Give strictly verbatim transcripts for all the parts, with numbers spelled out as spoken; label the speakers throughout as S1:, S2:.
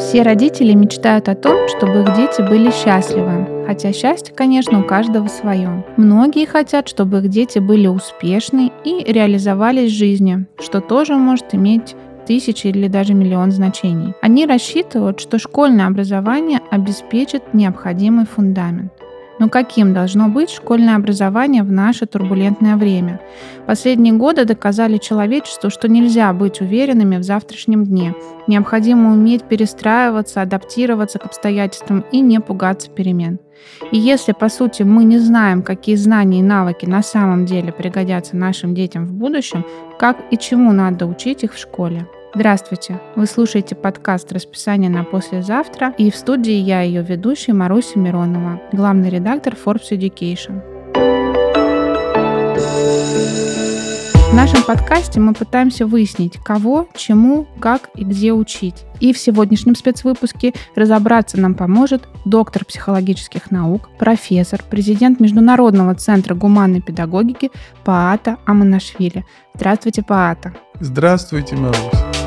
S1: Все родители мечтают о том, чтобы их дети были счастливы. Хотя счастье, конечно, у каждого свое. Многие хотят, чтобы их дети были успешны и реализовались в жизни, что тоже может иметь тысячи или даже миллион значений. Они рассчитывают, что школьное образование обеспечит необходимый фундамент. Но каким должно быть школьное образование в наше турбулентное время? Последние годы доказали человечеству, что нельзя быть уверенными в завтрашнем дне. Необходимо уметь перестраиваться, адаптироваться к обстоятельствам и не пугаться перемен. И если, по сути, мы не знаем, какие знания и навыки на самом деле пригодятся нашим детям в будущем, как и чему надо учить их в школе. Здравствуйте! Вы слушаете подкаст «Расписание на послезавтра», и в студии я, ее ведущая Маруся Миронова, главный редактор Forbes Education. В нашем подкасте мы пытаемся выяснить, кого, чему, как и где учить. И в сегодняшнем спецвыпуске разобраться нам поможет доктор психологических наук, профессор, президент Международного центра гуманной педагогики Паата Аманашвили. Здравствуйте, Паата!
S2: Здравствуйте, Маруся!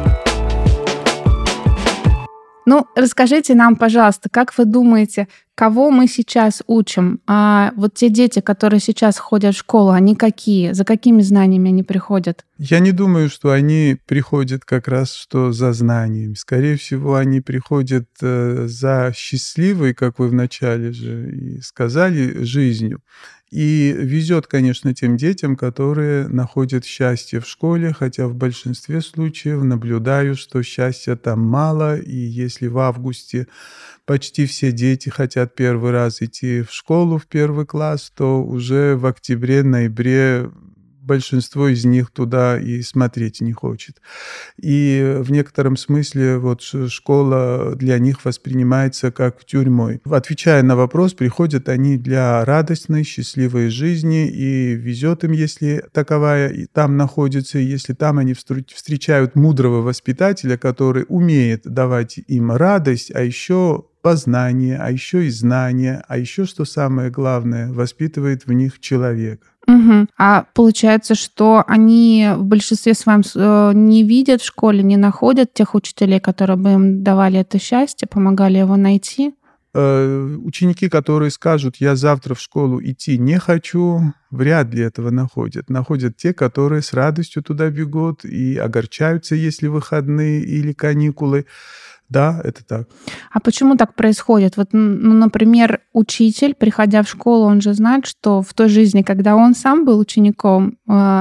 S1: Ну, расскажите нам, пожалуйста, как вы думаете, кого мы сейчас учим? А вот те дети, которые сейчас ходят в школу, они какие? За какими знаниями они приходят?
S2: Я не думаю, что они приходят как раз что за знаниями. Скорее всего, они приходят э, за счастливой, как вы вначале же и сказали, жизнью. И везет, конечно, тем детям, которые находят счастье в школе, хотя в большинстве случаев наблюдаю, что счастья там мало, и если в августе почти все дети хотят первый раз идти в школу, в первый класс, то уже в октябре-ноябре большинство из них туда и смотреть не хочет. И в некотором смысле вот школа для них воспринимается как тюрьмой. Отвечая на вопрос, приходят они для радостной, счастливой жизни, и везет им, если таковая и там находится, и если там они встречают мудрого воспитателя, который умеет давать им радость, а еще познание, а еще и знания, а еще, что самое главное, воспитывает в них человека.
S1: Угу. А получается, что они в большинстве своем не видят в школе, не находят тех учителей, которые бы им давали это счастье, помогали его найти?
S2: Э, ученики, которые скажут, я завтра в школу идти не хочу, вряд ли этого находят. Находят те, которые с радостью туда бегут и огорчаются, если выходные или каникулы. Да, это так.
S1: А почему так происходит? Вот, ну, например, учитель, приходя в школу, он же знает, что в той жизни, когда он сам был учеником,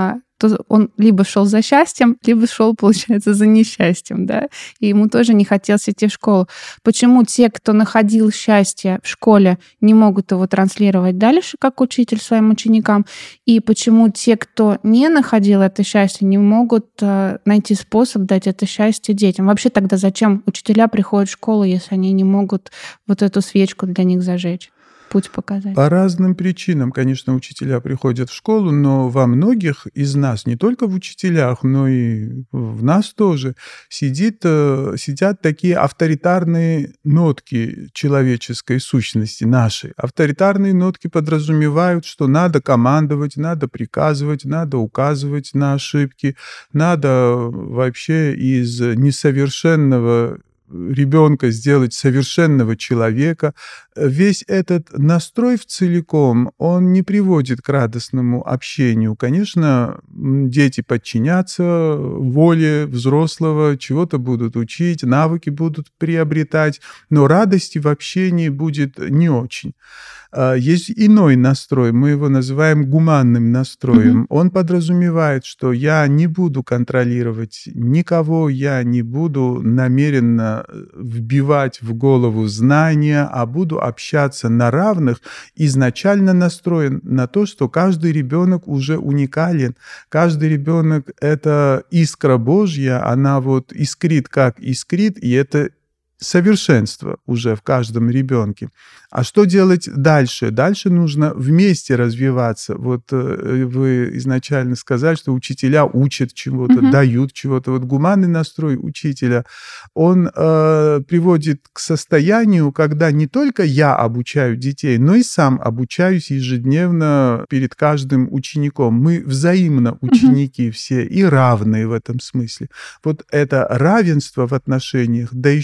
S1: то он либо шел за счастьем, либо шел, получается, за несчастьем, да, и ему тоже не хотелось идти в школу. Почему те, кто находил счастье в школе, не могут его транслировать дальше, как учитель своим ученикам, и почему те, кто не находил это счастье, не могут э, найти способ дать это счастье детям? Вообще тогда зачем учителя приходят в школу, если они не могут вот эту свечку для них зажечь? Путь показать?
S2: По разным причинам, конечно, учителя приходят в школу, но во многих из нас, не только в учителях, но и в нас тоже, сидит, сидят такие авторитарные нотки человеческой сущности нашей. Авторитарные нотки подразумевают, что надо командовать, надо приказывать, надо указывать на ошибки, надо вообще из несовершенного ребенка сделать совершенного человека. Весь этот настрой в целиком, он не приводит к радостному общению. Конечно, дети подчинятся воле взрослого, чего-то будут учить, навыки будут приобретать, но радости в общении будет не очень. Есть иной настрой, мы его называем гуманным настроем. Mm-hmm. Он подразумевает, что я не буду контролировать никого, я не буду намеренно вбивать в голову знания, а буду общаться на равных, изначально настроен на то, что каждый ребенок уже уникален. Каждый ребенок — это искра Божья, она вот искрит как искрит, и это совершенство уже в каждом ребенке. А что делать дальше? Дальше нужно вместе развиваться. Вот э, вы изначально сказали, что учителя учат чего-то, mm-hmm. дают чего-то. Вот гуманный настрой учителя, он э, приводит к состоянию, когда не только я обучаю детей, но и сам обучаюсь ежедневно перед каждым учеником. Мы взаимно ученики mm-hmm. все и равные в этом смысле. Вот это равенство в отношениях, да еще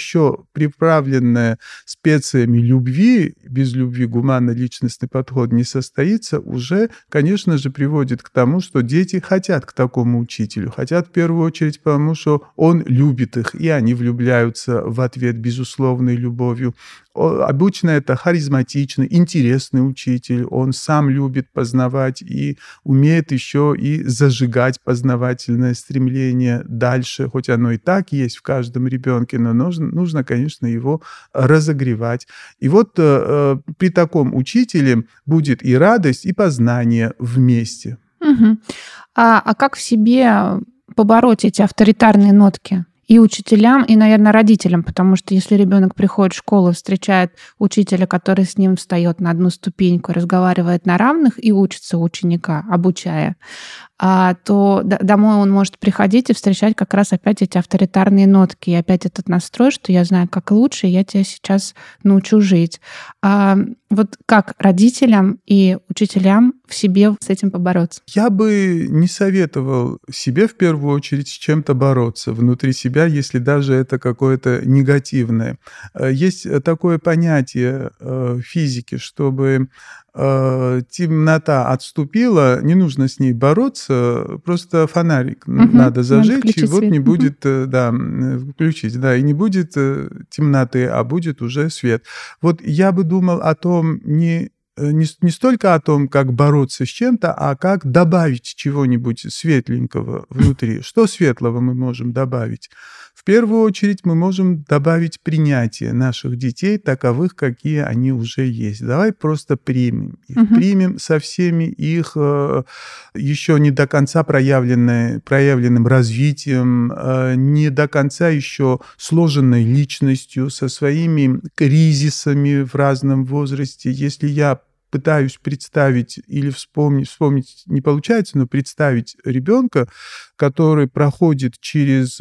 S2: приправленное специями любви, без любви гуманно-личностный подход не состоится, уже, конечно же, приводит к тому, что дети хотят к такому учителю. Хотят в первую очередь, потому что он любит их, и они влюбляются в ответ безусловной любовью. Обычно это харизматичный, интересный учитель. Он сам любит познавать и умеет еще и зажигать познавательное стремление дальше, хоть оно и так есть в каждом ребенке, но нужно, нужно конечно, его разогревать. И вот э, при таком учителе будет и радость, и познание вместе.
S1: Угу. А, а как в себе побороть эти авторитарные нотки? И учителям, и, наверное, родителям, потому что если ребенок приходит в школу, встречает учителя, который с ним встает на одну ступеньку, разговаривает на равных и учится у ученика, обучая, а, то домой он может приходить и встречать как раз опять эти авторитарные нотки, и опять этот настрой, что я знаю, как лучше, и я тебя сейчас научу жить. А вот как родителям и учителям в себе с этим побороться?
S2: Я бы не советовал себе в первую очередь с чем-то бороться внутри себя, если даже это какое-то негативное. Есть такое понятие в физике, чтобы темнота отступила, не нужно с ней бороться, просто фонарик угу, надо зажечь, надо и вот свет. Не будет, угу. да, включить, да, и не будет темноты, а будет уже свет. Вот я бы думал о том, не Не, не столько о том, как бороться с чем-то, а как добавить чего-нибудь светленького внутри. Что светлого мы можем добавить? В первую очередь мы можем добавить принятие наших детей таковых, какие они уже есть. Давай просто примем их. Угу. Примем со всеми их э, еще не до конца проявленным развитием, э, не до конца еще сложенной личностью, со своими кризисами в разном возрасте. Если я пытаюсь представить или вспомнить, вспомнить не получается, но представить ребенка, который проходит через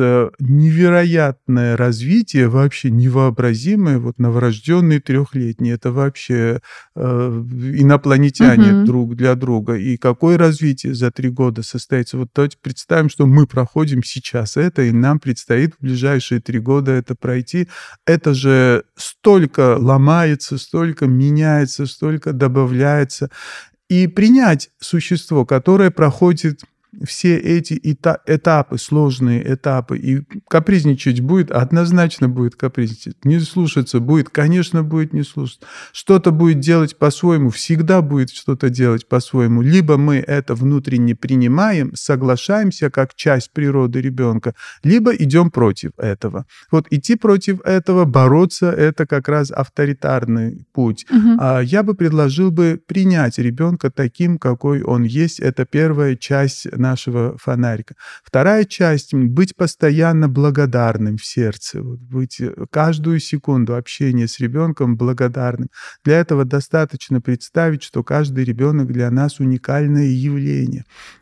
S2: невероятное развитие, вообще невообразимое, вот новорожденный трехлетний, это вообще э, инопланетяне угу. друг для друга. И какое развитие за три года состоится? Вот давайте представим, что мы проходим сейчас это, и нам предстоит в ближайшие три года это пройти. Это же столько ломается, столько меняется, столько добавляется. И принять существо, которое проходит все эти этапы, сложные этапы, и капризничать будет, однозначно будет капризничать, не слушаться будет, конечно, будет не слушаться, что-то будет делать по-своему, всегда будет что-то делать по-своему. Либо мы это внутренне принимаем, соглашаемся как часть природы ребенка, либо идем против этого. Вот идти против этого, бороться, это как раз авторитарный путь. Угу. А я бы предложил бы принять ребенка таким, какой он есть. Это первая часть нашего фонарика. Вторая часть — быть постоянно благодарным в сердце, быть каждую секунду общения с ребенком благодарным. Для этого достаточно представить, что каждый ребенок для нас уникальное явление.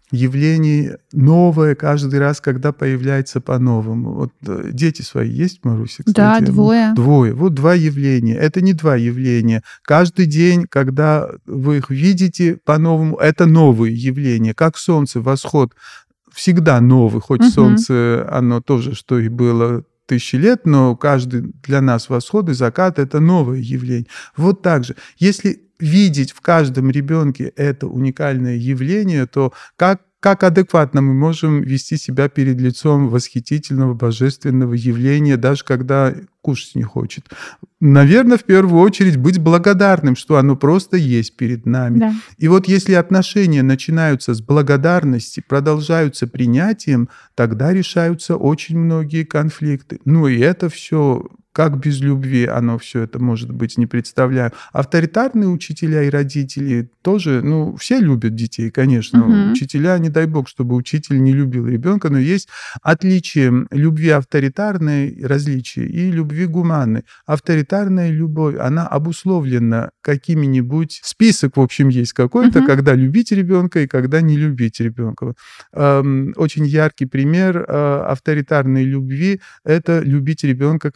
S2: Явление новое каждый раз, когда появляется по-новому. Вот дети свои есть, Маруся, кстати?
S1: Да, двое.
S2: Двое. Вот два явления. Это не два явления. Каждый день, когда вы их видите по-новому, это новые явления. Как солнце, восход всегда новый. Хоть угу. солнце, оно тоже, что и было тысячи лет, но каждый для нас восход и закат — это новое явление. Вот так же. Если видеть в каждом ребенке это уникальное явление, то как, как адекватно мы можем вести себя перед лицом восхитительного, божественного явления, даже когда кушать не хочет? Наверное, в первую очередь быть благодарным, что оно просто есть перед нами. Да. И вот если отношения начинаются с благодарности, продолжаются принятием, тогда решаются очень многие конфликты. Ну и это все... Как без любви оно все это может быть, не представляю. Авторитарные учителя и родители тоже, ну, все любят детей, конечно. Угу. Учителя, не дай бог, чтобы учитель не любил ребенка, но есть отличие любви авторитарной, различия, и любви гуманной. Авторитарная любовь, она обусловлена какими-нибудь... Список, в общем, есть какой-то, угу. когда любить ребенка и когда не любить ребенка. Очень яркий пример авторитарной любви — это любить ребенка, как только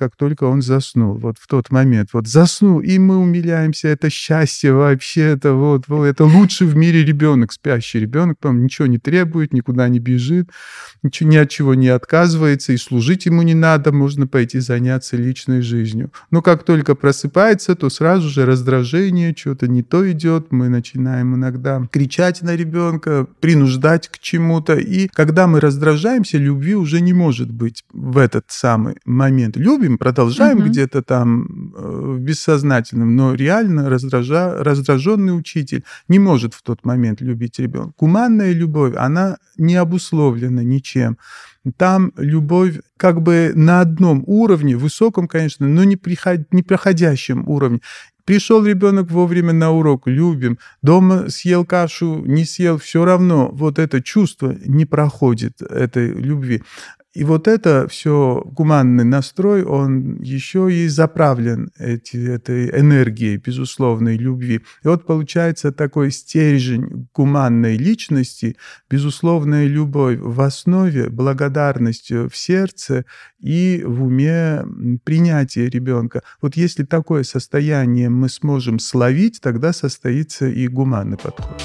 S2: он заснул вот в тот момент. Вот заснул, и мы умиляемся, это счастье вообще, это вот, вот это лучший в мире ребенок, спящий ребенок, потом ничего не требует, никуда не бежит, ничего, ни от чего не отказывается, и служить ему не надо, можно пойти заняться личной жизнью. Но как только просыпается, то сразу же раздражение, что-то не то идет, мы начинаем иногда кричать на ребенка, принуждать к чему-то, и когда мы раздражаемся, любви уже не может быть в этот самый момент. Любим, продолжаем uh-huh. где-то там э, бессознательным, но реально раздража... раздраженный учитель не может в тот момент любить ребенка. Гуманная любовь, она не обусловлена ничем. Там любовь как бы на одном уровне, высоком, конечно, но не, приход... не проходящем уровне. Пришел ребенок вовремя на урок, любим. Дома съел кашу, не съел, все равно вот это чувство не проходит, этой любви. И вот это все, гуманный настрой, он еще и заправлен эти, этой энергией безусловной любви. И вот получается такой стержень гуманной личности, безусловная любовь в основе, благодарность в сердце и в уме принятие ребенка. Вот если такое состояние мы сможем словить, тогда состоится и гуманный подход.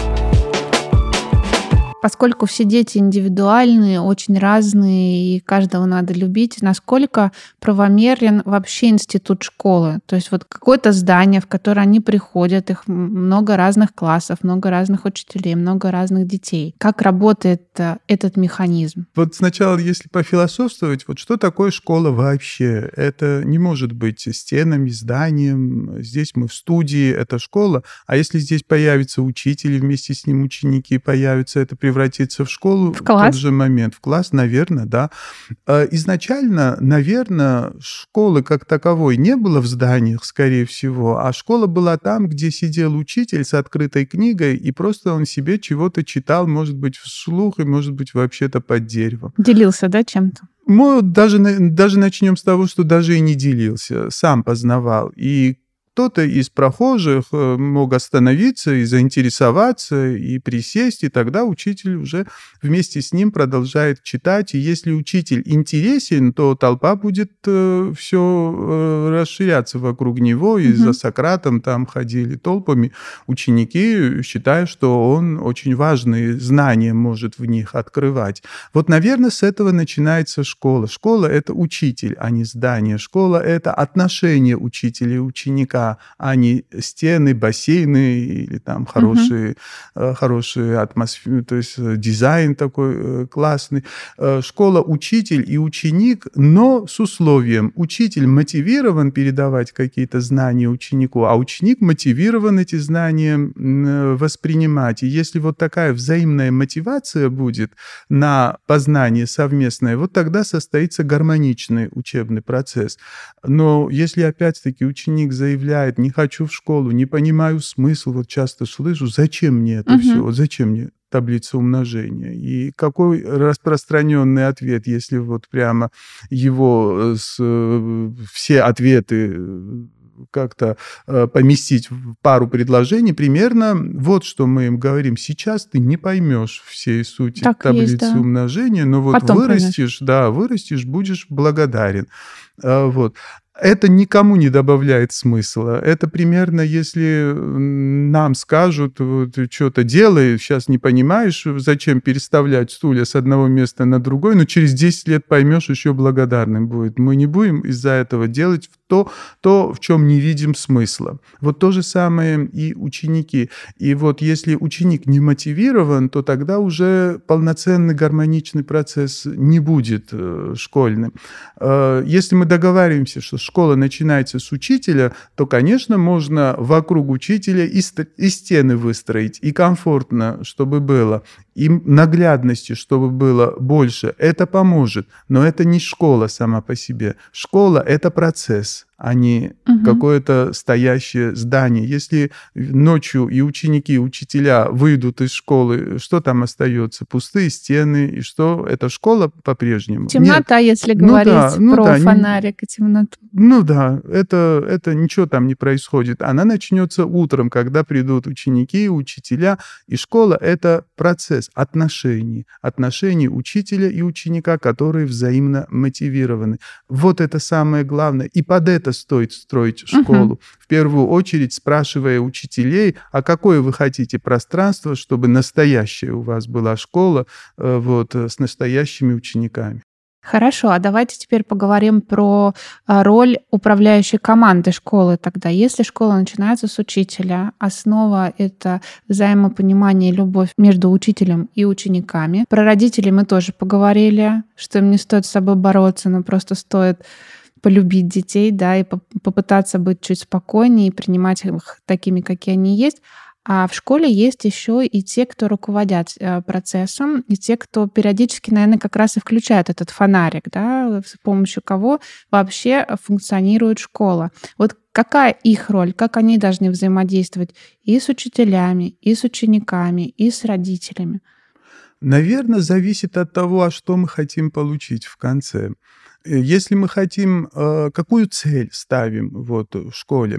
S1: Поскольку все дети индивидуальные, очень разные, и каждого надо любить, насколько правомерен вообще институт школы? То есть вот какое-то здание, в которое они приходят, их много разных классов, много разных учителей, много разных детей. Как работает этот механизм?
S2: Вот сначала, если пофилософствовать, вот что такое школа вообще? Это не может быть стенами, зданием. Здесь мы в студии, это школа. А если здесь появится учитель, и вместе с ним ученики появятся, это превращается превратиться в школу
S1: в, класс?
S2: в тот же момент. В класс, наверное, да. Изначально, наверное, школы как таковой не было в зданиях, скорее всего, а школа была там, где сидел учитель с открытой книгой, и просто он себе чего-то читал, может быть, вслух, и, может быть, вообще-то под деревом.
S1: Делился, да, чем-то?
S2: Мы даже, даже начнем с того, что даже и не делился, сам познавал. И кто-то из прохожих мог остановиться и заинтересоваться, и присесть, и тогда учитель уже вместе с ним продолжает читать. И если учитель интересен, то толпа будет все расширяться вокруг него, и угу. за Сократом там ходили толпами ученики, считая, что он очень важные знания может в них открывать. Вот, наверное, с этого начинается школа. Школа — это учитель, а не здание. Школа — это отношение учителя и ученика, а не стены, бассейны или там хорошие, uh-huh. хорошие атмосферы, то есть дизайн такой классный. Школа — учитель и ученик, но с условием. Учитель мотивирован передавать какие-то знания ученику, а ученик мотивирован эти знания воспринимать. И если вот такая взаимная мотивация будет на познание совместное, вот тогда состоится гармоничный учебный процесс. Но если опять-таки ученик заявляет: не хочу в школу, не понимаю смысл, вот часто слышу, зачем мне это uh-huh. все, вот зачем мне таблица умножения? И какой распространенный ответ, если вот прямо его с, все ответы как-то поместить в пару предложений, примерно вот что мы им говорим: сейчас ты не поймешь всей сути так таблицы есть, да. умножения, но вот Потом вырастешь, поймешь. да, вырастешь, будешь благодарен. Вот. Это никому не добавляет смысла. Это примерно, если нам скажут, вот, что-то делай, сейчас не понимаешь, зачем переставлять стулья с одного места на другое, но через десять лет поймешь, еще благодарным будет. Мы не будем из-за этого делать то, то, в чем не видим смысла. Вот то же самое и ученики. И вот если ученик не мотивирован, то тогда уже полноценный гармоничный процесс не будет школьным. Если мы договариваемся, что школа начинается с учителя, то, конечно, можно вокруг учителя и, и стены выстроить, и комфортно, чтобы было, и наглядности, чтобы было больше. Это поможет, но это не школа сама по себе. Школа — это процесс, а не
S1: Мгм.
S2: какое-то стоящее здание. Если ночью и ученики, и учителя выйдут из школы, что там остается? Пустые стены. И что? Это школа по-прежнему? Нет.
S1: Темнота, если
S2: Ну да,
S1: говорить
S2: ну
S1: про
S2: да, не-
S1: фонарик и темноту.
S2: ну да, это, это ничего там не происходит. Она начнется утром, когда придут ученики, учителя. И школа — это процесс отношений. Отношений учителя и ученика, которые взаимно мотивированы. Вот это самое главное. И под это стоит строить школу. В первую очередь спрашивая учителей, а какое вы хотите пространство, чтобы настоящая у вас была школа э, вот, э, с настоящими учениками.
S1: Хорошо, а давайте теперь поговорим про а, роль управляющей команды школы тогда. Если школа начинается с учителя, основа — это взаимопонимание и любовь между учителем и учениками. Про родителей мы тоже поговорили, что им не стоит с собой бороться, но просто стоит полюбить детей, да, и поп- попытаться быть чуть спокойнее и принимать их такими, какие они есть. А в школе есть еще и те, кто руководят э, процессом, и те, кто периодически, наверное, как раз и включают этот фонарик, да, с помощью кого вообще функционирует школа. Вот какая их роль, как они должны взаимодействовать и с учителями, и с учениками, и с родителями?
S2: Наверное, зависит от того, а что мы хотим получить в конце. Э, Если мы хотим, э, какую цель ставим вот, в школе,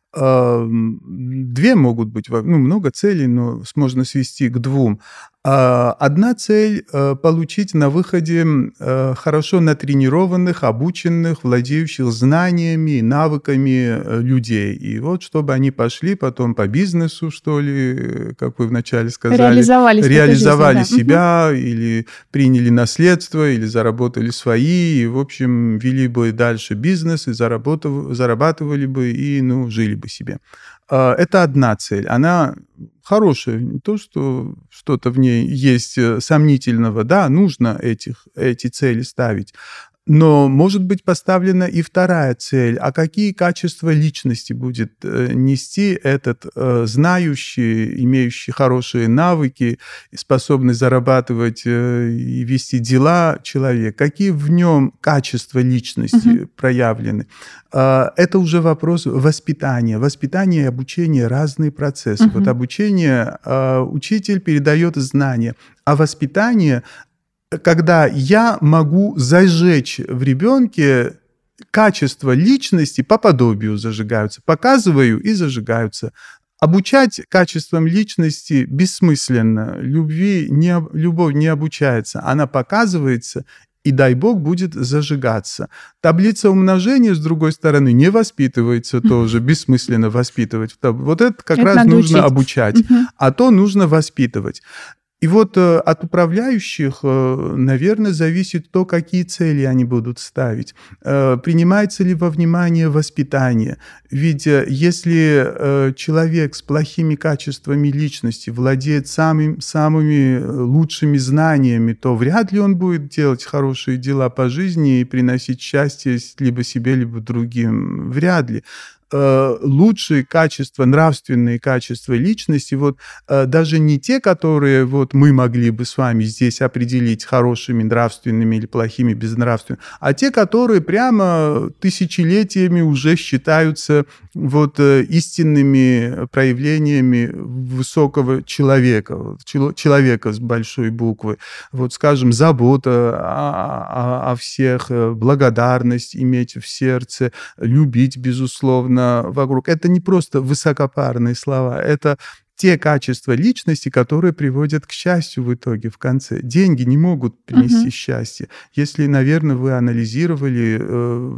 S2: ам, две могут быть, во- ну, много целей, но с- можно свести к двум. А, Одна цель — э, получить на выходе м, э, хорошо натренированных, обученных, владеющих знаниями и навыками э, людей. И вот чтобы они пошли потом по бизнесу, что ли, э, как вы вначале сказали,
S1: Реализовались в этой жизни,
S2: реализовали
S1: да. Мгм.
S2: себя или приняли наследство, или заработали свои, и, в общем, вели бы дальше бизнес, и заработав- зарабатывали бы, и, ну, жили бы себе. А, Это одна цель. Она хорошая, не то, что что-то в ней есть э, сомнительного. Да, нужно этих, эти цели ставить. Но может быть поставлена и вторая цель. А какие качества личности будет э, нести этот э, знающий, имеющий хорошие навыки, и способный зарабатывать э, и вести дела человек? Какие в нем качества личности
S1: Мгм.
S2: проявлены? А, Это уже вопрос воспитания. Воспитание и обучение — разные процессы. Вот
S1: Мгм.
S2: обучение, а, учитель передает знания, а воспитание, когда я могу зажечь в ребенке качества личности, по подобию зажигаются, показываю и зажигаются. Обучать качествам личности бессмысленно. Любви не, об- любовь не обучается, она показывается, и, дай бог, будет зажигаться. Таблица умножения, с другой стороны, не воспитывается тоже, бессмысленно воспитывать. Вот это как
S1: Это
S2: раз
S1: надо
S2: нужно
S1: учить.
S2: обучать,
S1: Мгм.
S2: а то нужно воспитывать. И вот э, от управляющих, э, наверное, зависит то, какие цели они будут ставить. Э, Принимается ли во внимание воспитание? Ведь э, если э, человек с плохими качествами личности владеет самым, самыми э, лучшими знаниями, то вряд ли он будет делать хорошие дела по жизни и приносить счастье либо себе, либо другим. Вряд ли. Э, Лучшие качества, нравственные качества личности, вот э, даже не те, которые вот мы могли бы с вами здесь определить хорошими, нравственными или плохими, безнравственными, а те, которые прямо тысячелетиями уже считаются вот э, истинными проявлениями высокого человека, вот, чело- человека с большой буквы. Вот, скажем, забота о, о- о всех, э, благодарность иметь в сердце, любить, безусловно, вокруг. Это не просто высокопарные слова, это те качества личности, которые приводят к счастью в итоге, в конце. Деньги не могут принести
S1: Мгм.
S2: счастье. Если, наверное, вы анализировали э,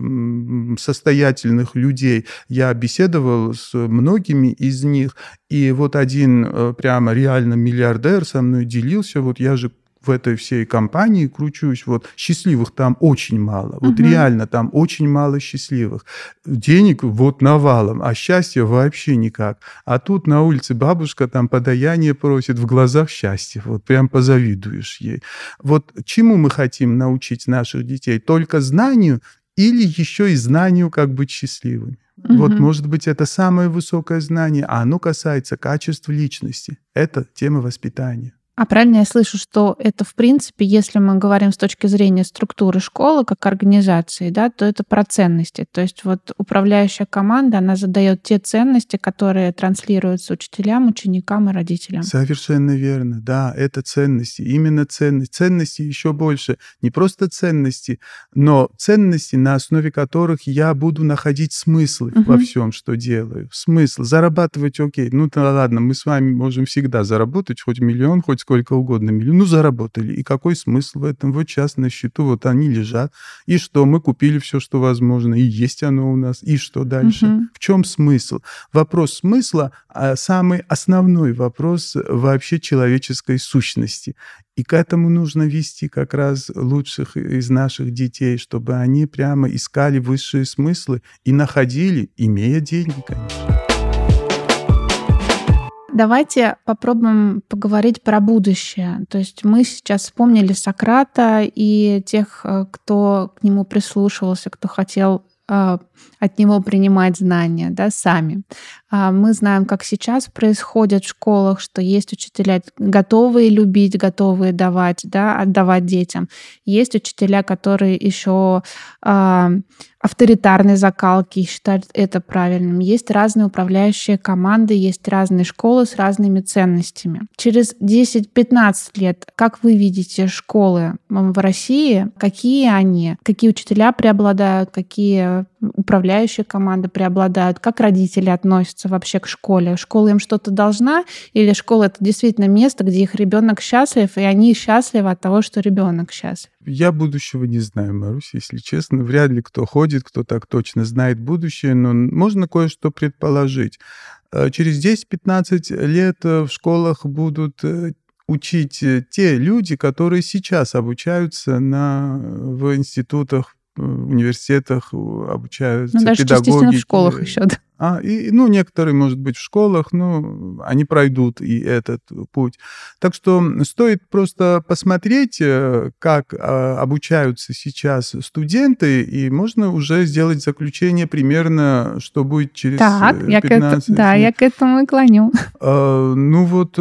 S2: м, состоятельных людей, я беседовал с многими из них, и вот один э, прямо реально миллиардер со мной делился, вот я же в этой всей компании кручусь, вот счастливых там очень мало, вот
S1: Мгм.
S2: реально там очень мало счастливых. Денег вот навалом, а счастья вообще никак. А тут на улице бабушка там подаяние просит, в глазах счастье, вот прям позавидуешь ей. Вот чему мы хотим научить наших детей? Только знанию или еще и знанию, как быть счастливыми? Вот,
S1: Мгм.
S2: может быть, это самое высокое знание, а оно касается качеств личности. Это тема воспитания.
S1: А правильно я слышу, что это, в принципе, если мы говорим с точки зрения структуры школы как организации, да, то это про ценности. То есть вот управляющая команда, она задает те ценности, которые транслируются учителям, ученикам и родителям.
S2: Совершенно верно. Да, это ценности. Именно ценности. Ценности еще больше. Не просто ценности, но ценности, на основе которых я буду находить смыслы
S1: Мгм.
S2: во всем, что делаю. Смысл. Зарабатывать, окей. Ну, да ладно, мы с вами можем всегда заработать хоть миллион, хоть сколько угодно миллион. Ну, заработали. И какой смысл в этом? Вот сейчас на счету, вот они лежат. И что? Мы купили все, что возможно. И есть оно у нас. И что дальше?
S1: Мгм.
S2: В чем смысл? Вопрос смысла а, самый основной вопрос вообще человеческой сущности. И к этому нужно вести как раз лучших из наших детей, чтобы они прямо искали высшие смыслы и находили, имея деньги, конечно.
S1: Давайте попробуем поговорить про будущее. То есть мы сейчас вспомнили Сократа и тех, э, кто к нему прислушивался, кто хотел а, от него принимать знания, да, сами. А мы знаем, как сейчас происходит в школах, что есть учителя, готовые любить, готовые давать, да, отдавать детям. Есть учителя, которые еще а, авторитарной закалки и считают это правильным. Есть разные управляющие команды, есть разные школы с разными ценностями. Через десять-пятнадцать лет, как вы видите школы в России, какие они, какие учителя преобладают, какие управляющие команды преобладают, как родители относятся вообще к школе? Школа им что-то должна, или школа — это действительно место, где их ребенок счастлив, и они счастливы от того, что ребенок счастлив?
S2: Я будущего не знаю, Марусь, если честно. Вряд ли кто ходит, кто так точно знает будущее, но можно кое-что предположить. Э, Через десять-пятнадцать лет э, в школах будут э, учить э, те люди, которые сейчас обучаются на, в институтах, э, университетах, у-
S1: Ну,
S2: обучаются
S1: даже частично в школах
S2: педагогике.
S1: еще, да.
S2: А, и, ну, некоторые, может быть, в школах, но они пройдут и этот путь. Так что стоит просто посмотреть, э, как а, обучаются сейчас студенты, и можно уже сделать заключение примерно, что будет через
S1: Так,
S2: э,
S1: я к этому,
S2: пятнадцать
S1: да, я
S2: лет.
S1: к этому и клоню.
S2: А, Ну вот, э,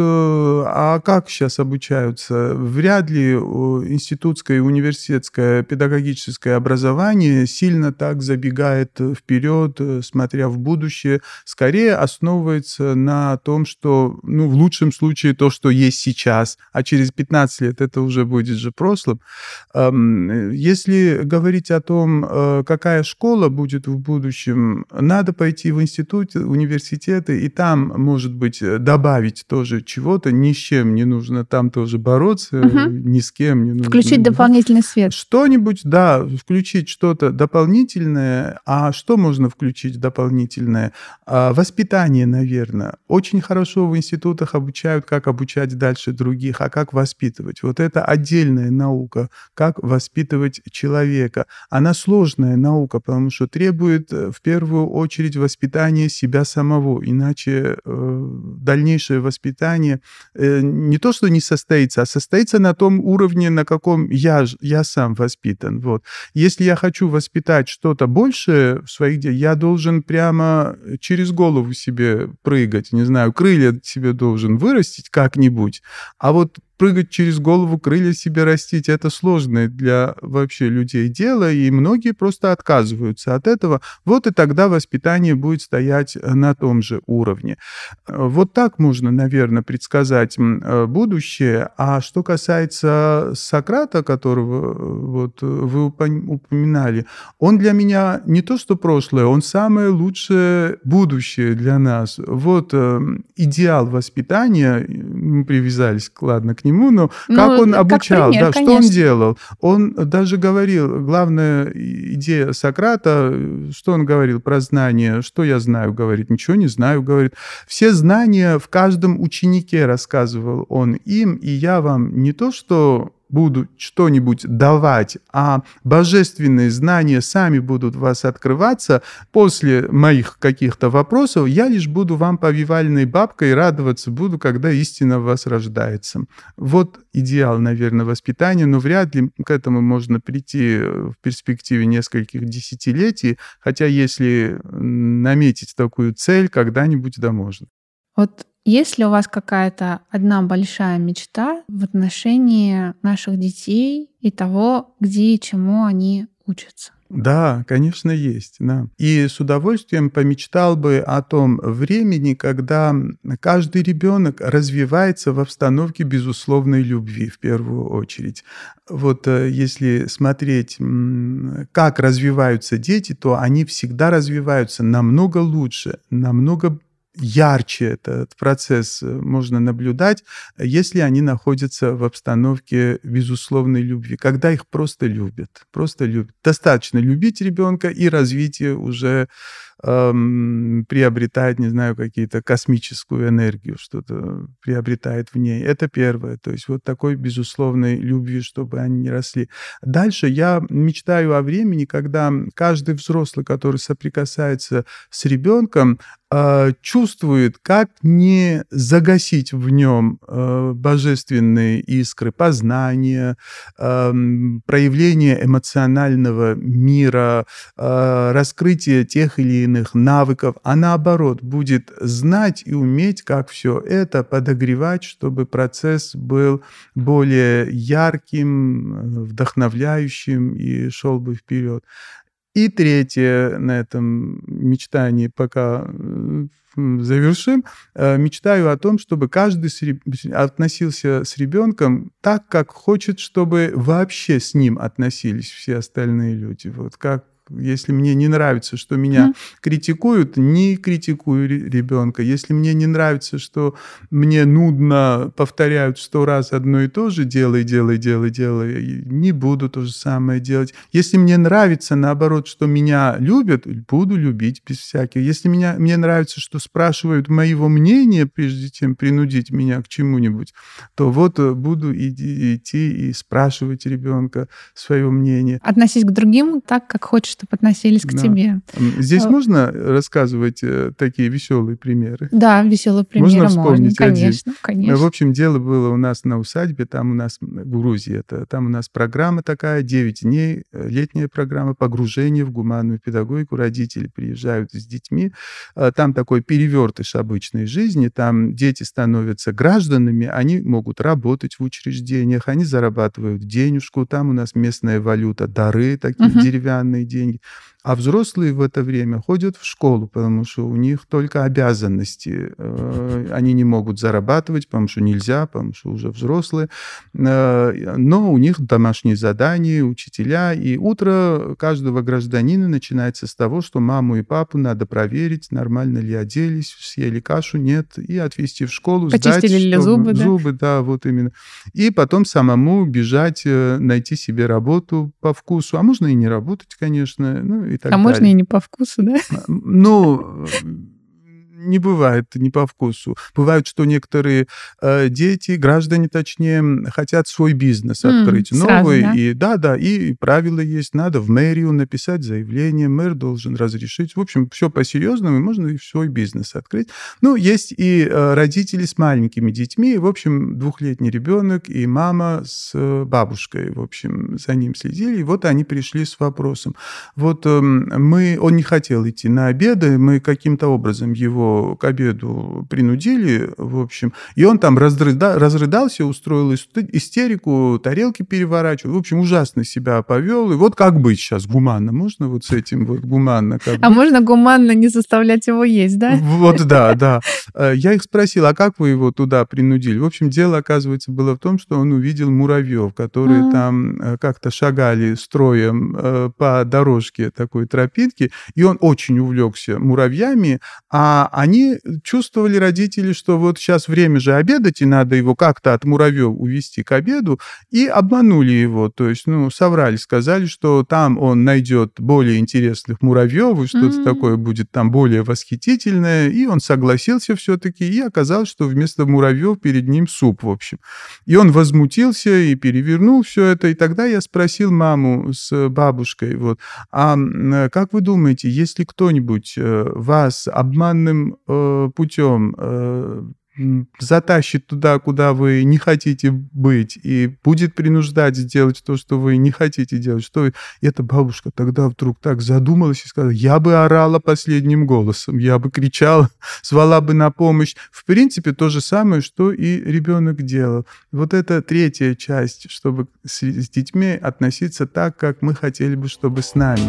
S2: а как сейчас обучаются? Вряд ли э, институтское и университетское педагогическое образование сильно так забегает э, вперед, э, смотря в будущее. Скорее основывается на том, что, ну, в лучшем случае то, что есть сейчас, а через пятнадцать лет это уже будет же прошлым. Ам, э, Если говорить о том, э, какая школа будет в будущем, надо пойти в институт, университеты, и там, может быть, э, добавить тоже чего-то, ни с чем не нужно там тоже бороться, э,
S1: Мгм.
S2: ни с кем не нужно.
S1: Включить дополнительный свет.
S2: Что-нибудь, да, включить что-то дополнительное. А что можно включить дополнительное? А, Воспитание, наверное. Очень хорошо в институтах обучают, как обучать дальше других, а как воспитывать. Вот это отдельная наука, как воспитывать человека. Она сложная наука, потому что требует э, в первую очередь воспитания себя самого, иначе э, дальнейшее воспитание э, не то, что не состоится, а состоится на том уровне, на каком я, ж- я сам воспитан. Вот. Если я хочу воспитать что-то большее в своих детях, я должен прямо через голову себе прыгать, не знаю, крылья себе должен вырастить как-нибудь, а вот прыгать через голову, крылья себе растить — это сложное для вообще людей дело, и многие просто отказываются от этого. Вот и тогда воспитание будет стоять на том же уровне. Э, Вот так можно, наверное, предсказать м, э, будущее. А что касается Сократа, которого э, вот э, вы упомя- упоминали, он для меня не то что прошлое, он самое лучшее будущее для нас. Вот э, идеал воспитания, мы привязались, ладно, к нему, но как
S1: Ну,
S2: он
S1: э, как
S2: обучал,
S1: пример,
S2: да, что он
S1: конечно.
S2: делал? Он даже говорил, главная идея Сократа, э, что он говорил про знания, что я знаю, говорит, ничего не знаю, говорит. Все знания в каждом ученике, рассказывал он им, и я вам не то что буду что-нибудь давать, а божественные знания сами будут в вас открываться после моих каких-то вопросов, я лишь буду вам повивальной бабкой радоваться буду, когда истина в вас рождается. Вот идеал, наверное, воспитания, но вряд ли к этому можно прийти в перспективе нескольких десятилетий, хотя если наметить такую цель, когда-нибудь да можно.
S1: Вот Есть ли у вас какая-то одна большая мечта в отношении наших детей и того, где и чему они учатся?
S2: Да, конечно, есть, да. И с удовольствием помечтал бы о том времени, когда каждый ребенок развивается в обстановке безусловной любви, в первую очередь. Вот э, если смотреть, м, как развиваются дети, то они всегда развиваются намного лучше, намного ярче этот процесс э, можно наблюдать, если они находятся в обстановке безусловной любви, когда их просто любят, просто любят. Достаточно любить ребенка, и развитие уже эм, приобретает, не знаю, какие-то космическую энергию, что-то приобретает в ней. Это первое. То есть вот такой безусловной любви, чтобы они не росли. Дальше я мечтаю о времени, когда каждый взрослый, который соприкасается с ребенком, э, чувствует, как не загасить в нем э, божественные искры познания, эм, проявления эмоционального мира, э, раскрытие тех или иных навыков, а наоборот будет знать и уметь, как все это подогревать, чтобы процесс был более ярким, э, вдохновляющим и шел бы вперед. И третье на этом мечтании, пока э, м, завершим, э, мечтаю о том, чтобы каждый с реб- относился с ребенком так, как хочет, чтобы вообще с ним относились все остальные люди. Вот как если мне не нравится, что меня
S1: Мгм.
S2: критикуют, не критикую ре- ребенка. Если мне не нравится, что мне нудно, повторяют сто раз одно и то же, делай, делай, делай, делай, и не буду то же самое делать. Если мне нравится, наоборот, что меня любят, буду любить без всяких. Если меня, мне нравится, что спрашивают моего мнения, прежде чем принудить меня к чему-нибудь, то вот э, буду иди- идти и спрашивать ребенка свое мнение.
S1: Относись к другим так, как хочешь, чтобы относились к
S2: Да.
S1: тебе.
S2: М, Здесь
S1: Э,
S2: можно рассказывать э, такие веселые примеры?
S1: Да, веселые
S2: Можно
S1: примеры можно,
S2: вспомнить один.
S1: конечно,
S2: Э, В
S1: конечно.
S2: общем, дело было у нас на усадьбе, там у нас, м, в Грузии это, там у нас программа такая, девять дней, э, летняя программа погружения в гуманную педагогику. Родители приезжают с детьми. Э, Там такой перевертыш обычной жизни, там дети становятся гражданами, они могут работать в учреждениях, они зарабатывают денежку, там у нас местная валюта, дары такие,
S1: Мгм.
S2: деревянные деньги. А взрослые в это время ходят в школу, потому что у них только обязанности. Э, Они не могут зарабатывать, потому что нельзя, потому что уже взрослые. Э, Но у них домашние задания, учителя. И утро каждого гражданина начинается с того, что маму и папу надо проверить, нормально ли оделись, съели кашу, нет, и отвезти в школу, сдать,
S1: Почистили ли
S2: чтобы
S1: зубы, да?
S2: зубы, да, вот именно. И потом самому бежать, э, найти себе работу по вкусу. А можно и не работать, конечно, ну и
S1: А
S2: так
S1: можно и
S2: далее.
S1: не по вкусу, да?
S2: А, м, Ну, э, не бывает не по вкусу. Бывает, что некоторые э, дети, граждане точнее, м, хотят свой бизнес
S1: М,
S2: открыть
S1: Сразу,
S2: новый.
S1: да?
S2: И да, да, и правила есть. Надо в мэрию написать заявление, мэр должен разрешить. В общем, все по-серьезному, и можно и свой бизнес открыть. Ну, есть и э, родители с маленькими детьми. В общем, двухлетний ребенок и мама с э, бабушкой, в общем, за ним следили. И вот они пришли с вопросом. Вот эм, мы, он не хотел идти на обеды, мы каким-то образом его к обеду принудили, в общем, и он там разрыда, разрыдался, устроил ист- истерику, тарелки переворачивал, в общем, ужасно себя повел. И вот как быть сейчас? Гуманно? Можно вот с этим вот гуманно как
S1: А
S2: быть?
S1: можно гуманно не заставлять его есть, да?
S2: Вот, да, да. Э, Я их спросил, а как вы его туда принудили? В общем, дело, оказывается, было в том, что он увидел муравьев, которые
S1: М.
S2: там э, как-то шагали строем э, по дорожке такой тропинки, и он очень увлекся муравьями, а они чувствовали, родители, что вот сейчас время же обедать, и надо его как-то от муравьев увести к обеду, и обманули его, то есть, ну, соврали, сказали, что там он найдет более интересных муравьев, и что-то такое
S1: М.
S2: будет там более восхитительное, и он согласился все-таки, и оказалось, что вместо муравьев перед ним суп, в общем. И он возмутился и перевернул все это, и тогда я спросил маму с бабушкой, вот, а м, э, как вы думаете, если кто-нибудь э, вас обманным э, путем э, затащит туда, куда вы не хотите быть, и будет принуждать сделать то, что вы не хотите делать, что эта бабушка тогда вдруг так задумалась и сказала: я бы орала последним голосом, я бы кричала, звала бы на помощь. В принципе, то же самое, что и ребенок делал. Вот это третья часть, чтобы с, с детьми относиться так, как мы хотели бы, чтобы с нами.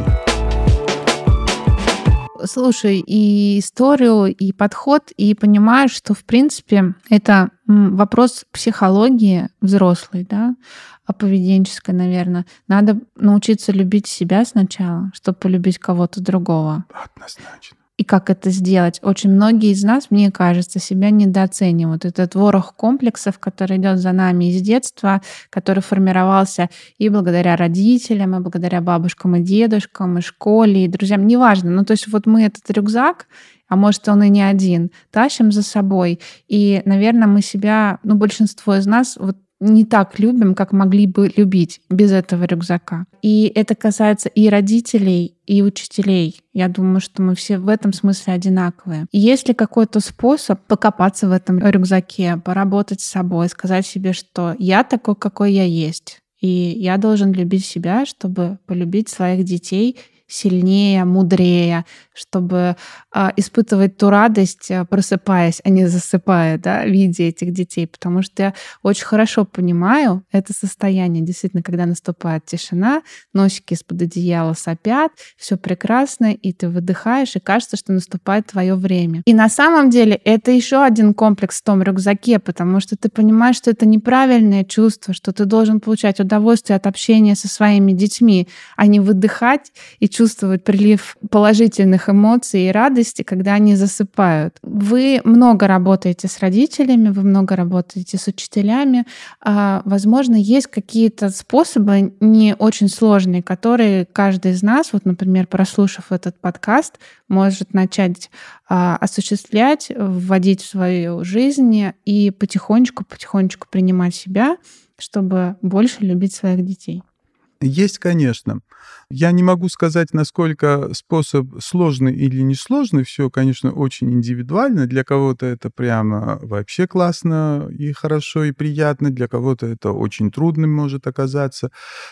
S1: Слушай, и историю, и подход, и понимаешь, что, в принципе, это вопрос психологии взрослой, да, а поведенческой, наверное. Надо научиться любить себя сначала, чтобы полюбить кого-то другого.
S2: Однозначно.
S1: И как это сделать? Очень многие из нас, мне кажется, себя недооценивают. Это ворох комплексов, который идет за нами из детства, который формировался и благодаря родителям, и благодаря бабушкам и дедушкам, и школе, и друзьям. Неважно. Ну, то есть вот мы этот рюкзак, а может, он и не один, тащим за собой. И, наверное, мы себя, ну, большинство из нас вот не так любим, как могли бы любить без этого рюкзака. И это касается и родителей, и учителей. Я думаю, что мы все в этом смысле одинаковые. И есть ли какой-то способ покопаться в этом рюкзаке, поработать с собой, сказать себе, что я такой, какой я есть, и я должен любить себя, чтобы полюбить своих детей сильнее, мудрее, чтобы а, испытывать ту радость, просыпаясь, а не засыпая, да, видя этих детей. Потому что я очень хорошо понимаю это состояние, действительно, когда наступает тишина, носики из-под одеяла сопят, все прекрасно, и ты выдыхаешь, и кажется, что наступает твое время. И на самом деле это еще один комплекс в том рюкзаке, потому что ты понимаешь, что это неправильное чувство, что ты должен получать удовольствие от общения со своими детьми, а не выдыхать и чувствовать прилив положительных эмоций и радости, когда они засыпают. Вы много работаете с родителями, вы много работаете с учителями. Возможно, есть какие-то способы не очень сложные, которые каждый из нас, вот, например, прослушав этот подкаст, может начать осуществлять, вводить в свою жизнь и потихонечку-потихонечку принимать себя, чтобы больше любить своих детей.
S2: Есть, конечно. Я не могу сказать, насколько способ сложный или несложный. Все, конечно, очень индивидуально. Для кого-то это прямо вообще классно и хорошо, и приятно. Для кого-то это очень трудным может оказаться.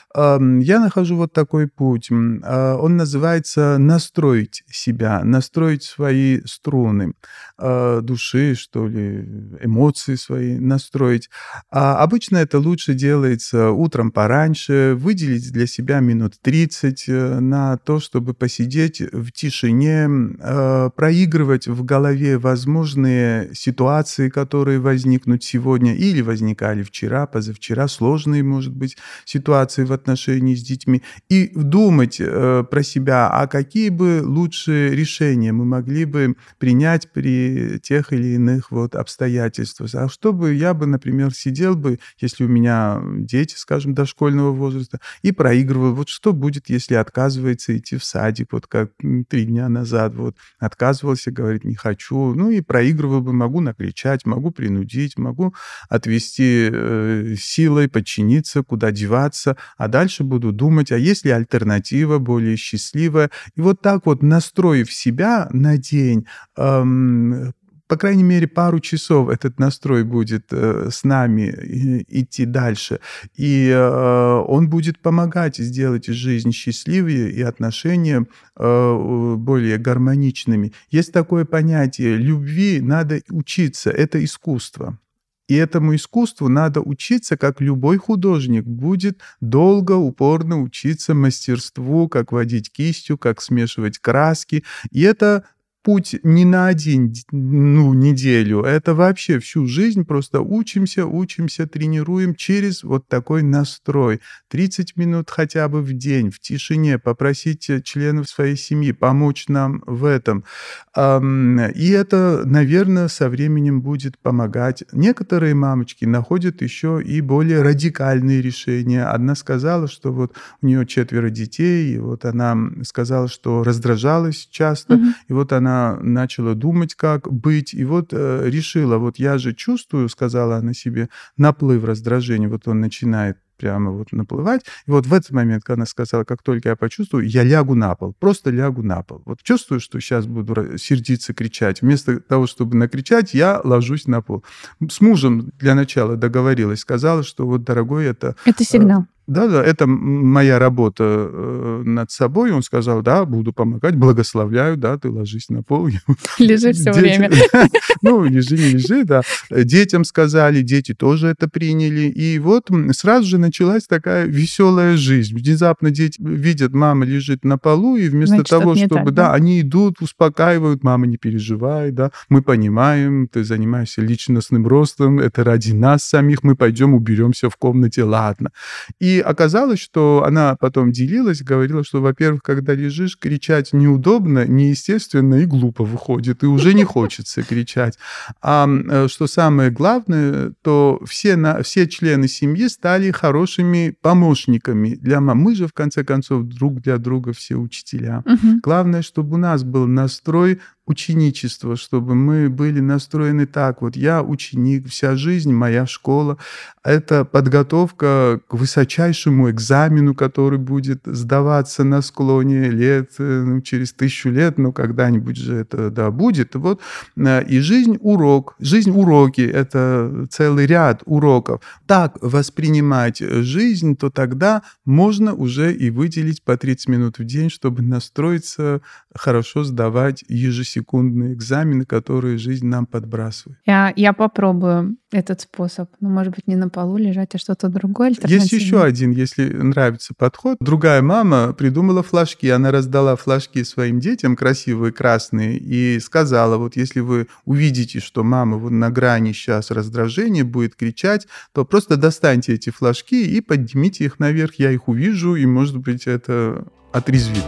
S2: Я нахожу вот такой путь. Он называется «настроить себя», настроить свои струны души, что ли, эмоции свои настроить. А обычно это лучше делается утром пораньше, выделить для себя минут тридцать на то, чтобы посидеть в тишине, проигрывать в голове возможные ситуации, которые возникнут сегодня или возникали вчера, позавчера, сложные, может быть, ситуации в отношении с детьми, и думать про себя, а какие бы лучшие решения мы могли бы принять при тех или иных вот обстоятельствах. А чтобы я бы, например, сидел бы, если у меня дети, скажем, дошкольного возраста, и проигрывал, вот что будет, если отказывается идти в садик, вот как три дня назад, вот отказывался, говорит, не хочу, ну и проигрывал бы, могу накричать, могу принудить, могу отвести э, силой, подчиниться, куда деваться, а дальше буду думать, а есть ли альтернатива более счастливая. И вот так вот, настроив себя на день, эм, по крайней мере, пару часов этот настрой будет э, с нами идти дальше. И э, он будет помогать сделать жизнь счастливее и отношения э, более гармоничными. Есть такое понятие: любви надо учиться, это искусство. И этому искусству надо учиться, как любой художник будет долго, упорно учиться мастерству, как водить кистью, как смешивать краски. И это путь не на один, ну, неделю, это вообще всю жизнь просто учимся, учимся, тренируем через вот такой настрой. тридцать минут хотя бы в день, в тишине, попросить членов своей семьи помочь нам в этом. И это, наверное, со временем будет помогать. Некоторые мамочки находят еще и более радикальные решения. Одна сказала, что вот у нее четверо детей, и вот она сказала, что раздражалась часто, mm-hmm. и вот она начала думать, как быть, и вот э, решила, вот я же чувствую, сказала она себе, наплыв раздражения, вот он начинает прямо вот наплывать. И вот в этот момент, когда она сказала, как только я почувствую, я лягу на пол, просто лягу на пол. Вот чувствую, что сейчас буду сердиться, кричать. Вместо того, чтобы накричать, я ложусь на пол. С мужем для начала договорилась, сказала, что вот, дорогой, это...
S1: Это сигнал.
S2: Да-да, это моя работа э, над собой. Он сказал, да, буду помогать, благословляю, да, ты ложись на пол.
S1: Лежи все время.
S2: Ну, лежи, не лежи, да. Детям сказали, дети тоже это приняли. И вот сразу же началась такая веселая жизнь. Внезапно дети видят, мама лежит на полу, и вместо
S1: Значит,
S2: того,
S1: что-то не
S2: чтобы...
S1: так,
S2: Да,
S1: да?
S2: они идут, успокаивают, мама, не переживай, да, мы понимаем, ты занимаешься личностным ростом, это ради нас самих, мы пойдем уберемся в комнате, ладно. И И оказалось, что она потом делилась, говорила, что, во-первых, когда лежишь, кричать неудобно, неестественно и глупо выходит, и уже не хочется кричать. А что самое главное, то все, на, все члены семьи стали хорошими помощниками для мамы. Мы же, в конце концов, друг для друга все учителя.
S1: Мгм.
S2: Главное, чтобы у нас был настрой ученичества, чтобы мы были настроены так. Вот я ученик, вся жизнь моя школа. Это подготовка к высочайшему экзамену, который будет сдаваться на склоне лет, ну, через тысячу лет, но когда-нибудь же это, да, будет. Вот. И жизнь — урок. Жизнь — уроки. Это целый ряд уроков. Так воспринимать жизнь, то тогда можно уже и выделить по тридцать минут в день, чтобы настроиться, хорошо сдавать ежесекундные экзамены, которые жизнь нам подбрасывает.
S1: Я, я попробую этот способ. Ну, может быть, не на полу лежать, а что-то другое,
S2: Есть
S1: альтернативное.
S2: еще один, если нравится подход. Другая мама придумала флажки. Она раздала флажки своим детям, красивые, красные, и сказала, вот если вы увидите, что мама вот на грани сейчас раздражения будет кричать, то просто достаньте эти флажки и поднимите их наверх. Я их увижу, и, может быть, это отрезвит.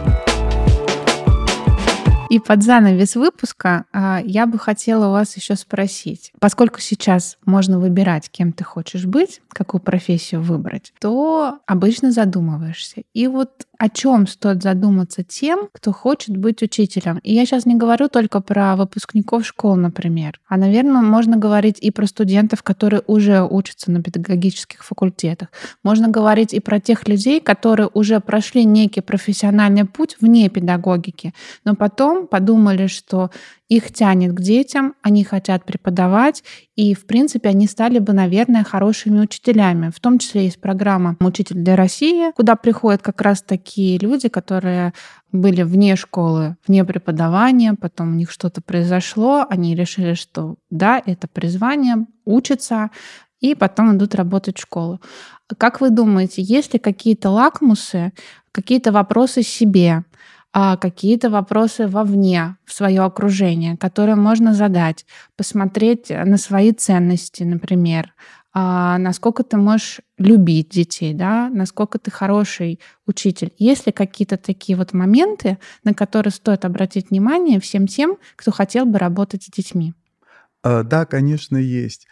S1: И под занавес выпуска а, я бы хотела у вас еще спросить. Поскольку сейчас можно выбирать, кем ты хочешь быть, какую профессию выбрать, то обычно задумываешься. И вот о чем стоит задуматься тем, кто хочет быть учителем? И я сейчас не говорю только про выпускников школ, например. А, наверное, можно говорить и про студентов, которые уже учатся на педагогических факультетах. Можно говорить и про тех людей, которые уже прошли некий профессиональный путь вне педагогики, но потом подумали, что их тянет к детям, они хотят преподавать, и, в принципе, они стали бы, наверное, хорошими учителями. В том числе есть программа «Учитель для России», куда приходят как раз такие люди, которые были вне школы, вне преподавания, потом у них что-то произошло, они решили, что да, это призвание, учатся, и потом идут работать в школу. Как вы думаете, есть ли какие-то лакмусы, какие-то вопросы себе, а какие-то вопросы вовне, в свое окружение, которые можно задать, посмотреть на свои ценности, например, а насколько ты можешь любить детей, да, насколько ты хороший учитель. Есть ли какие-то такие вот моменты, на которые стоит обратить внимание всем тем, кто хотел бы работать с детьми?
S2: Да, конечно, есть.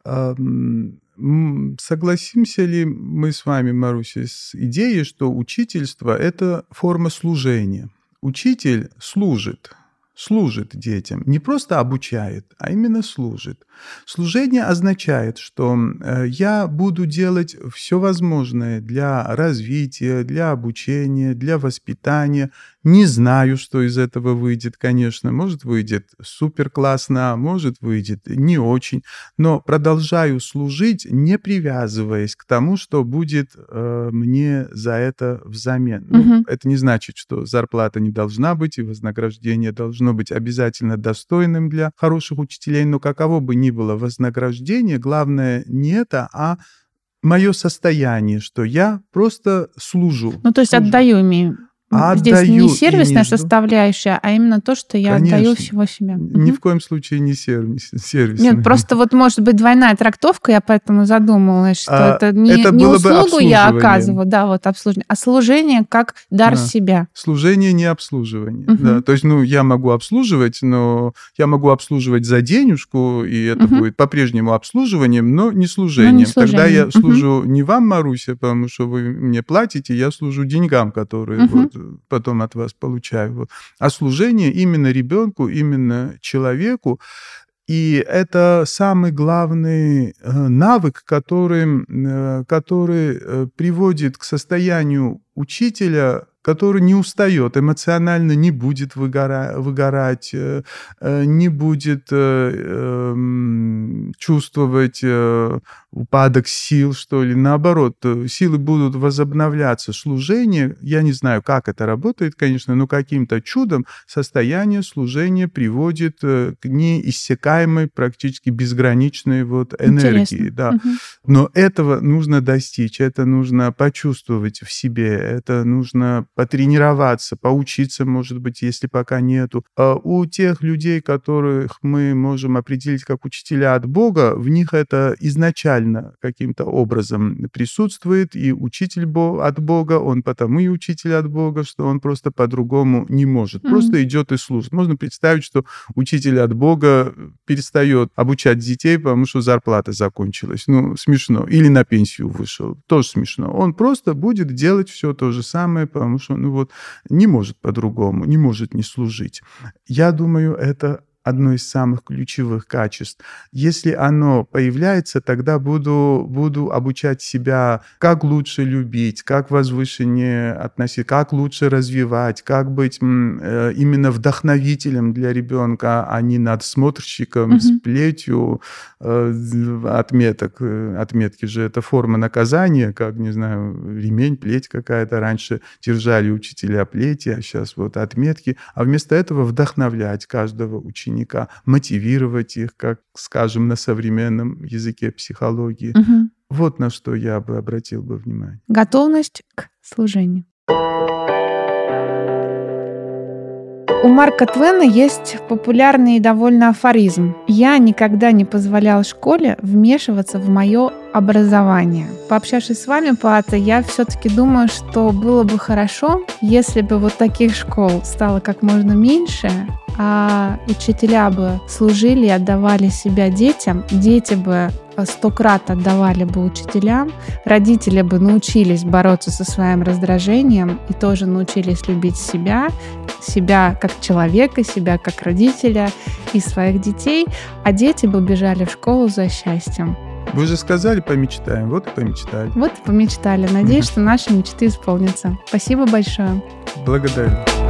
S2: Согласимся ли мы с вами, Маруся, с идеей, что учительство — это форма служения? Учитель служит, служит детям, не просто обучает, а именно служит. Служение означает, что я буду делать все возможное для развития, для обучения, для воспитания. Не знаю, что из этого выйдет, конечно. Может, выйдет супер классно, а может, выйдет не очень. Но продолжаю служить, не привязываясь к тому, что будет э, мне за это взамен. Ну,
S1: Мгм.
S2: это не значит, что зарплата не должна быть, и вознаграждение должно быть обязательно достойным для хороших учителей. Но каково бы ни было вознаграждение, главное не это, а мое состояние, что я просто служу.
S1: Ну, то есть
S2: служу.
S1: отдаю, имею.
S2: А
S1: Здесь
S2: отдаю
S1: не
S2: и не
S1: сервисная
S2: жду.
S1: составляющая, а именно то, что я отдаю
S2: Конечно.
S1: всего себя.
S2: Ни
S1: Мгм.
S2: в коем случае не сервис, сервисный.
S1: Нет, просто вот может быть двойная трактовка, я поэтому задумалась, что
S2: А,
S1: это не,
S2: это
S1: не
S2: было бы
S1: услугу я
S2: обслуживание.
S1: оказываю, да, вот обслуживание, а служение как дар
S2: Да.
S1: себя.
S2: Служение, не обслуживание.
S1: Мгм.
S2: Да. То есть, ну, я могу обслуживать, но я могу обслуживать за денежку, и это
S1: Мгм.
S2: будет по-прежнему обслуживанием, но не служением. Тогда я
S1: служением. Мгм.
S2: служу не вам, Маруся, потому что вы мне платите, я служу деньгам, которые
S1: Мгм.
S2: вот потом от вас получаю. Вот. А служение именно ребенку, именно человеку. И это самый главный навык, который, который приводит к состоянию учителя, который не устает, эмоционально не будет выгора- выгорать, не будет чувствовать упадок сил, что ли. Наоборот, силы будут возобновляться. Служение, я не знаю, как это работает, конечно, но каким-то чудом состояние служения приводит к неиссякаемой, практически безграничной вот энергии. Да.
S1: Угу.
S2: Но этого нужно достичь, это нужно почувствовать в себе, это нужно потренироваться, поучиться, может быть, если пока нету. А у тех людей, которых мы можем определить как учителя от Бога, в них это изначально каким-то образом присутствует, и учитель от Бога, он потому и учитель от Бога, что он просто по-другому не может. Mm-hmm. Просто идет и служит. Можно представить, что учитель от Бога перестает обучать детей, потому что зарплата закончилась. Ну, смешно. Или на пенсию вышел. Тоже смешно. Он просто будет делать все то же самое, потому что, ну вот, не может по-другому, не может не служить. Я думаю, это одно из самых ключевых качеств. Если оно появляется, тогда буду, буду обучать себя, как лучше любить, как возвышеннее относиться, как лучше развивать, как быть э, именно вдохновителем для ребенка, а не надсмотрщиком mm-hmm. с плетью э, отметок. Отметки же это форма наказания, как, не знаю, ремень, плеть какая-то. Раньше держали учителя плети, а сейчас вот отметки. А вместо этого вдохновлять каждого ученика, мотивировать их, как, скажем, на современном языке психологии.
S1: Угу.
S2: Вот на что я бы обратил бы внимание.
S1: Готовность к служению. У Марка Твена есть популярный довольно афоризм: «Я никогда не позволял школе вмешиваться в мое образование». Пообщавшись с вами, Паата, я все-таки думаю, что было бы хорошо, если бы вот таких школ стало как можно меньше, а учителя бы служили и отдавали себя детям, дети бы сто крат отдавали бы учителям, родители бы научились бороться со своим раздражением и тоже научились любить себя, себя как человека, себя как родителя и своих детей, а дети бы бежали в школу за счастьем.
S2: Вы же сказали, помечтаем. Вот и помечтали.
S1: Вот и помечтали. Надеюсь, что наши мечты исполнятся. Спасибо большое.
S2: Благодарю.